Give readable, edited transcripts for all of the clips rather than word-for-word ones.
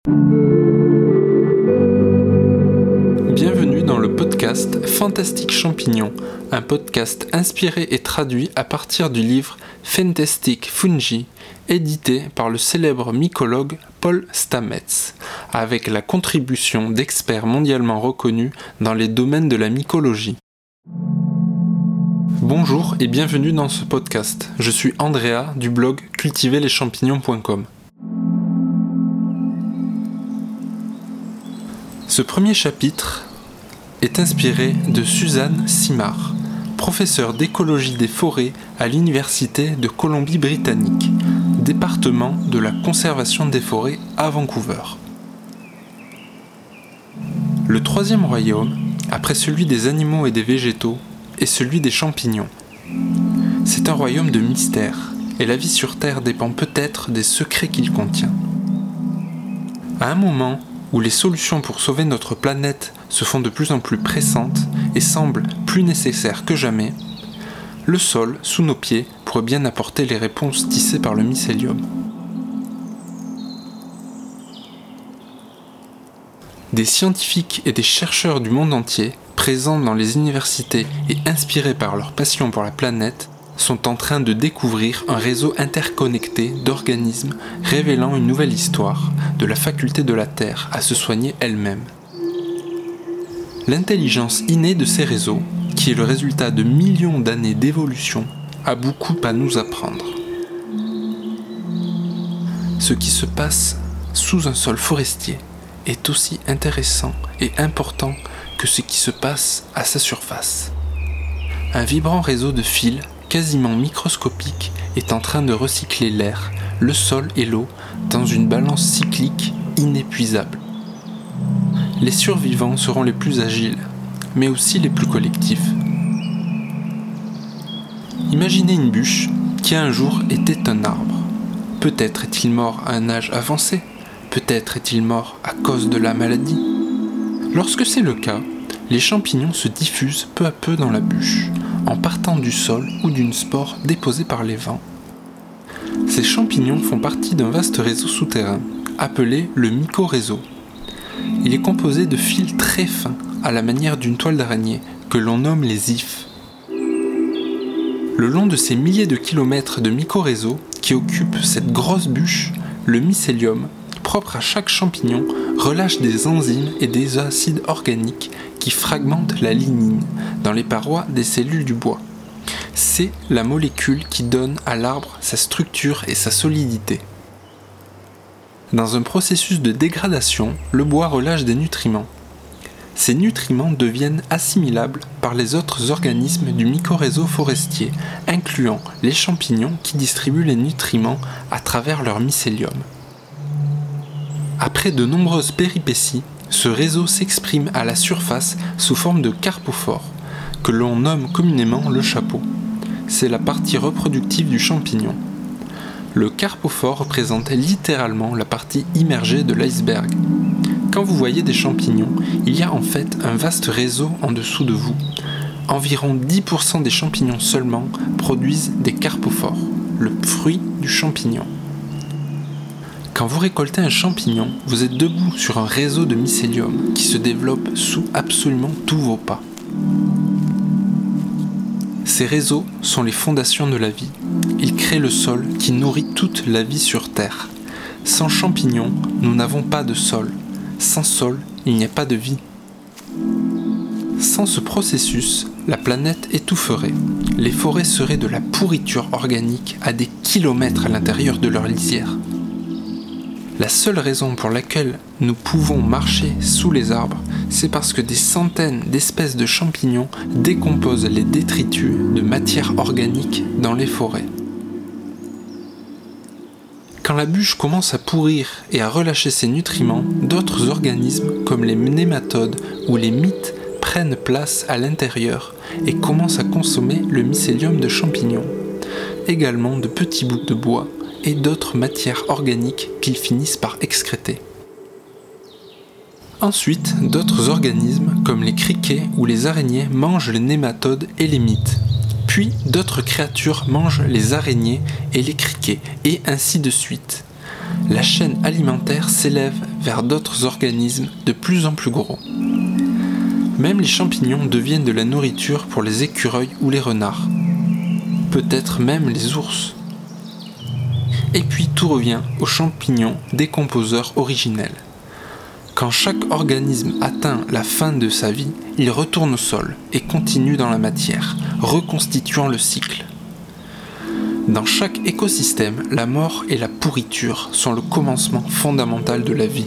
Bienvenue dans le podcast Fantastique Champignon, un podcast inspiré et traduit à partir du livre Fantastic Fungi, édité par le célèbre mycologue Paul Stamets, avec la contribution d'experts mondialement reconnus dans les domaines de la mycologie. Bonjour et bienvenue dans ce podcast. Je suis Andrea du blog cultiverleschampignons.com. Ce premier chapitre est inspiré de Suzanne Simard, professeure d'écologie des forêts à l'Université de Colombie-Britannique, département de la conservation des forêts à Vancouver. Le troisième royaume, après celui des animaux et des végétaux, est celui des champignons. C'est un royaume de mystère, et la vie sur Terre dépend peut-être des secrets qu'il contient. À un moment où les solutions pour sauver notre planète se font de plus en plus pressantes et semblent plus nécessaires que jamais, le sol, sous nos pieds, pourrait bien apporter les réponses tissées par le mycélium. Des scientifiques et des chercheurs du monde entier, présents dans les universités et inspirés par leur passion pour la planète, sont en train de découvrir un réseau interconnecté d'organismes révélant une nouvelle histoire de la faculté de la Terre à se soigner elle-même. L'intelligence innée de ces réseaux, qui est le résultat de millions d'années d'évolution, a beaucoup à nous apprendre. Ce qui se passe sous un sol forestier est aussi intéressant et important que ce qui se passe à sa surface. Un vibrant réseau de fils quasiment microscopique est en train de recycler l'air, le sol et l'eau dans une balance cyclique inépuisable. Les survivants seront les plus agiles, mais aussi les plus collectifs. Imaginez une bûche qui un jour était un arbre. Peut-être est-il mort à un âge avancé, peut-être est-il mort à cause de la maladie. Lorsque c'est le cas, les champignons se diffusent peu à peu dans la bûche, en partant du sol ou d'une spore déposée par les vents. Ces champignons font partie d'un vaste réseau souterrain, appelé le mycorrhizo. Il est composé de fils très fins, à la manière d'une toile d'araignée, que l'on nomme les ifs. Le long de ces milliers de kilomètres de mycorrhizo qui occupent cette grosse bûche, le mycélium, propre à chaque champignon, relâche des enzymes et des acides organiques qui fragmentent la lignine dans les parois des cellules du bois. C'est la molécule qui donne à l'arbre sa structure et sa solidité. Dans un processus de dégradation, le bois relâche des nutriments. Ces nutriments deviennent assimilables par les autres organismes du mycorrhizo forestier, incluant les champignons qui distribuent les nutriments à travers leur mycélium. Après de nombreuses péripéties, ce réseau s'exprime à la surface sous forme de carpophore, que l'on nomme communément le chapeau. C'est la partie reproductive du champignon. Le carpophore représente littéralement la partie immergée de l'iceberg. Quand vous voyez des champignons, il y a en fait un vaste réseau en dessous de vous. Environ 10% des champignons seulement produisent des carpophores, le fruit du champignon. Quand vous récoltez un champignon, vous êtes debout sur un réseau de mycélium qui se développe sous absolument tous vos pas. Ces réseaux sont les fondations de la vie. Ils créent le sol qui nourrit toute la vie sur Terre. Sans champignons, nous n'avons pas de sol. Sans sol, il n'y a pas de vie. Sans ce processus, la planète étoufferait. Les forêts seraient de la pourriture organique à des kilomètres à l'intérieur de leur lisière. La seule raison pour laquelle nous pouvons marcher sous les arbres, c'est parce que des centaines d'espèces de champignons décomposent les détritus de matière organique dans les forêts. Quand la bûche commence à pourrir et à relâcher ses nutriments, d'autres organismes comme les nématodes ou les mites prennent place à l'intérieur et commencent à consommer le mycélium de champignons, également de petits bouts de bois et d'autres matières organiques qu'ils finissent par excréter. Ensuite, d'autres organismes comme les criquets ou les araignées mangent les nématodes et les mites. Puis d'autres créatures mangent les araignées et les criquets, et ainsi de suite. La chaîne alimentaire s'élève vers d'autres organismes de plus en plus gros. Même les champignons deviennent de la nourriture pour les écureuils ou les renards. Peut-être même les ours. Et puis tout revient aux champignons décomposeurs originels. Quand chaque organisme atteint la fin de sa vie, il retourne au sol et continue dans la matière, reconstituant le cycle. Dans chaque écosystème, la mort et la pourriture sont le commencement fondamental de la vie.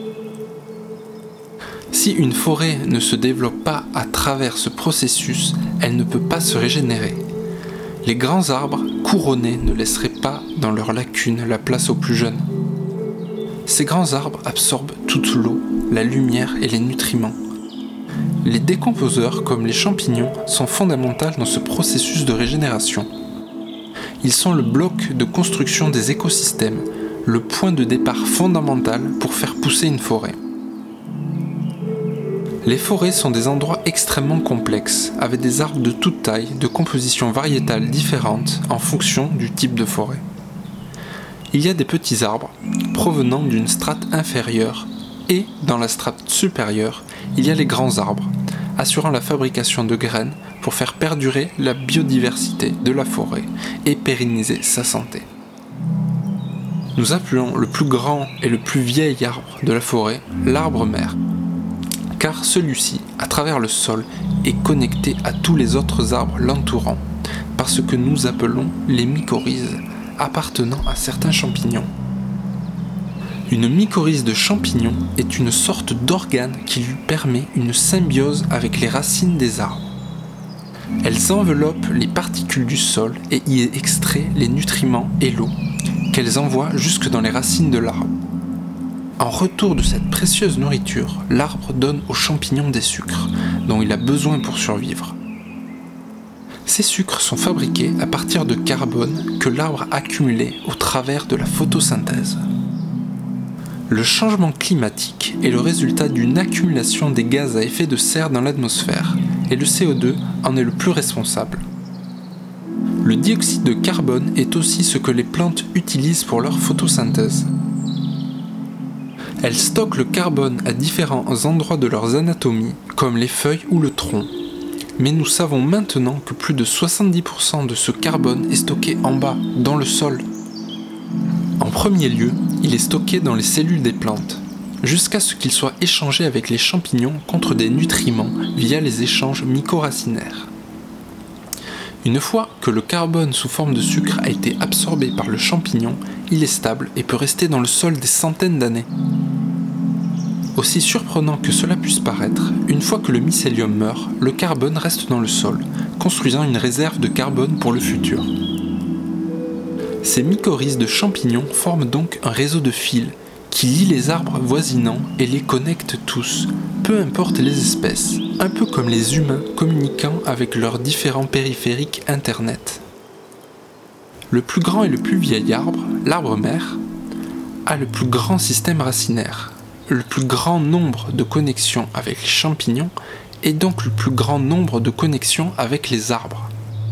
Si une forêt ne se développe pas à travers ce processus, elle ne peut pas se régénérer. Les grands arbres couronnés ne laisseraient pas dans leurs lacunes la place aux plus jeunes. Ces grands arbres absorbent toute l'eau, la lumière et les nutriments. Les décomposeurs, comme les champignons, sont fondamentaux dans ce processus de régénération. Ils sont le bloc de construction des écosystèmes, le point de départ fondamental pour faire pousser une forêt. Les forêts sont des endroits extrêmement complexes, avec des arbres de toute taille, de compositions variétales différentes en fonction du type de forêt. Il y a des petits arbres provenant d'une strate inférieure et, dans la strate supérieure, il y a les grands arbres, assurant la fabrication de graines pour faire perdurer la biodiversité de la forêt et pérenniser sa santé. Nous appelons le plus grand et le plus vieil arbre de la forêt l'arbre mère, car celui-ci, à travers le sol, est connecté à tous les autres arbres l'entourant, par ce que nous appelons les mycorhizes, appartenant à certains champignons. Une mycorhize de champignon est une sorte d'organe qui lui permet une symbiose avec les racines des arbres. Elles enveloppent les particules du sol et y extraient les nutriments et l'eau, qu'elles envoient jusque dans les racines de l'arbre. En retour de cette précieuse nourriture, l'arbre donne au champignon des sucres, dont il a besoin pour survivre. Ces sucres sont fabriqués à partir de carbone que l'arbre a accumulé au travers de la photosynthèse. Le changement climatique est le résultat d'une accumulation des gaz à effet de serre dans l'atmosphère, et le CO2 en est le plus responsable. Le dioxyde de carbone est aussi ce que les plantes utilisent pour leur photosynthèse. Elles stockent le carbone à différents endroits de leurs anatomies, comme les feuilles ou le tronc. Mais nous savons maintenant que plus de 70% de ce carbone est stocké en bas, dans le sol. En premier lieu, il est stocké dans les cellules des plantes, jusqu'à ce qu'il soit échangé avec les champignons contre des nutriments via les échanges mycoracinaires. Une fois que le carbone sous forme de sucre a été absorbé par le champignon, il est stable et peut rester dans le sol des centaines d'années. Aussi surprenant que cela puisse paraître, une fois que le mycélium meurt, le carbone reste dans le sol, construisant une réserve de carbone pour le futur. Ces mycorhizes de champignons forment donc un réseau de fils qui lie les arbres voisinants et les connecte tous, peu importe les espèces, un peu comme les humains communiquant avec leurs différents périphériques Internet. Le plus grand et le plus vieil arbre, l'arbre mère, a le plus grand système racinaire, le plus grand nombre de connexions avec les champignons et donc le plus grand nombre de connexions avec les arbres.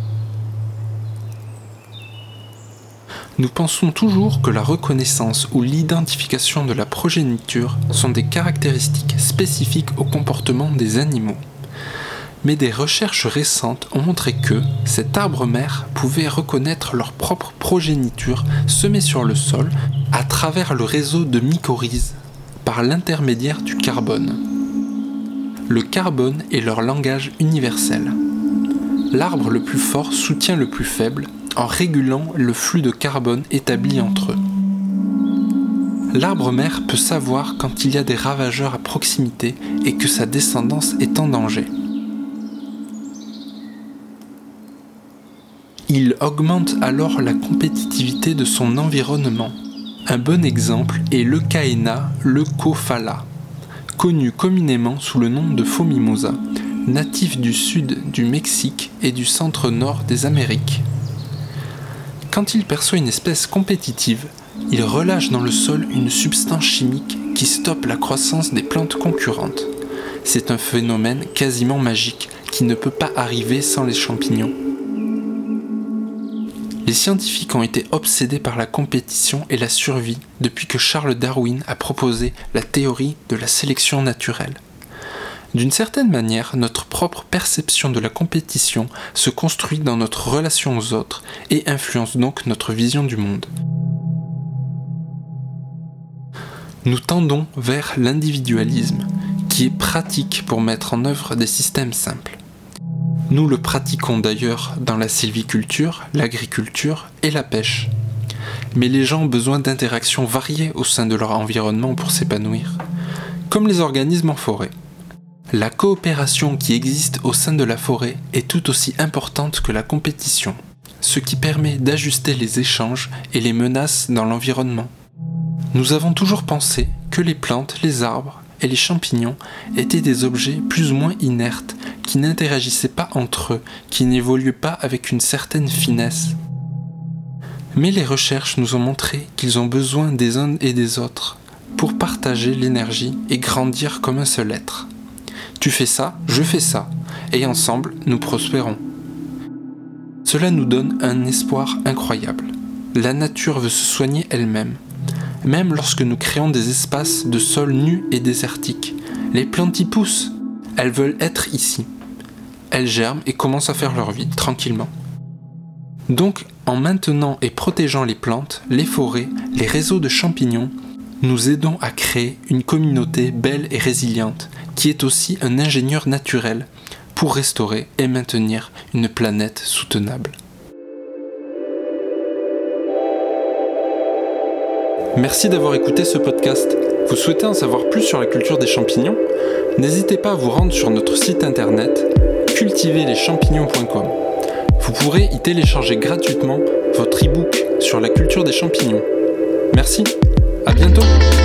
Nous pensons toujours que la reconnaissance ou l'identification de la progéniture sont des caractéristiques spécifiques au comportement des animaux. Mais des recherches récentes ont montré que cet arbre mère pouvait reconnaître leur propre progéniture semée sur le sol à travers le réseau de mycorhizes par l'intermédiaire du carbone. Le carbone est leur langage universel. L'arbre le plus fort soutient le plus faible en régulant le flux de carbone établi entre eux. L'arbre mère peut savoir quand il y a des ravageurs à proximité et que sa descendance est en danger. Il augmente alors la compétitivité de son environnement. Un bon exemple est l'Eucaena leucophala, connu communément sous le nom de faux mimosa, natif du sud du Mexique et du centre-nord des Amériques. Quand il perçoit une espèce compétitive, il relâche dans le sol une substance chimique qui stoppe la croissance des plantes concurrentes. C'est un phénomène quasiment magique qui ne peut pas arriver sans les champignons. Les scientifiques ont été obsédés par la compétition et la survie depuis que Charles Darwin a proposé la théorie de la sélection naturelle. D'une certaine manière, notre propre perception de la compétition se construit dans notre relation aux autres et influence donc notre vision du monde. Nous tendons vers l'individualisme, qui est pratique pour mettre en œuvre des systèmes simples. Nous le pratiquons d'ailleurs dans la sylviculture, l'agriculture et la pêche. Mais les gens ont besoin d'interactions variées au sein de leur environnement pour s'épanouir, comme les organismes en forêt. La coopération qui existe au sein de la forêt est tout aussi importante que la compétition, ce qui permet d'ajuster les échanges et les menaces dans l'environnement. Nous avons toujours pensé que les plantes, les arbres et les champignons étaient des objets plus ou moins inertes, qui n'interagissaient pas entre eux, qui n'évoluaient pas avec une certaine finesse. Mais les recherches nous ont montré qu'ils ont besoin des uns et des autres pour partager l'énergie et grandir comme un seul être. Tu fais ça, je fais ça, et ensemble nous prospérons. Cela nous donne un espoir incroyable. La nature veut se soigner elle-même. Même lorsque nous créons des espaces de sol nus et désertiques, les plantes y poussent. Elles veulent être ici. Elles germent et commencent à faire leur vie tranquillement. Donc, en maintenant et protégeant les plantes, les forêts, les réseaux de champignons, nous aidons à créer une communauté belle et résiliente, qui est aussi un ingénieur naturel pour restaurer et maintenir une planète soutenable. Merci d'avoir écouté ce podcast. Vous souhaitez en savoir plus sur la culture des champignons ? N'hésitez pas à vous rendre sur notre site internet cultiverleschampignons.com. Vous pourrez y télécharger gratuitement votre e-book sur la culture des champignons. Merci, à bientôt.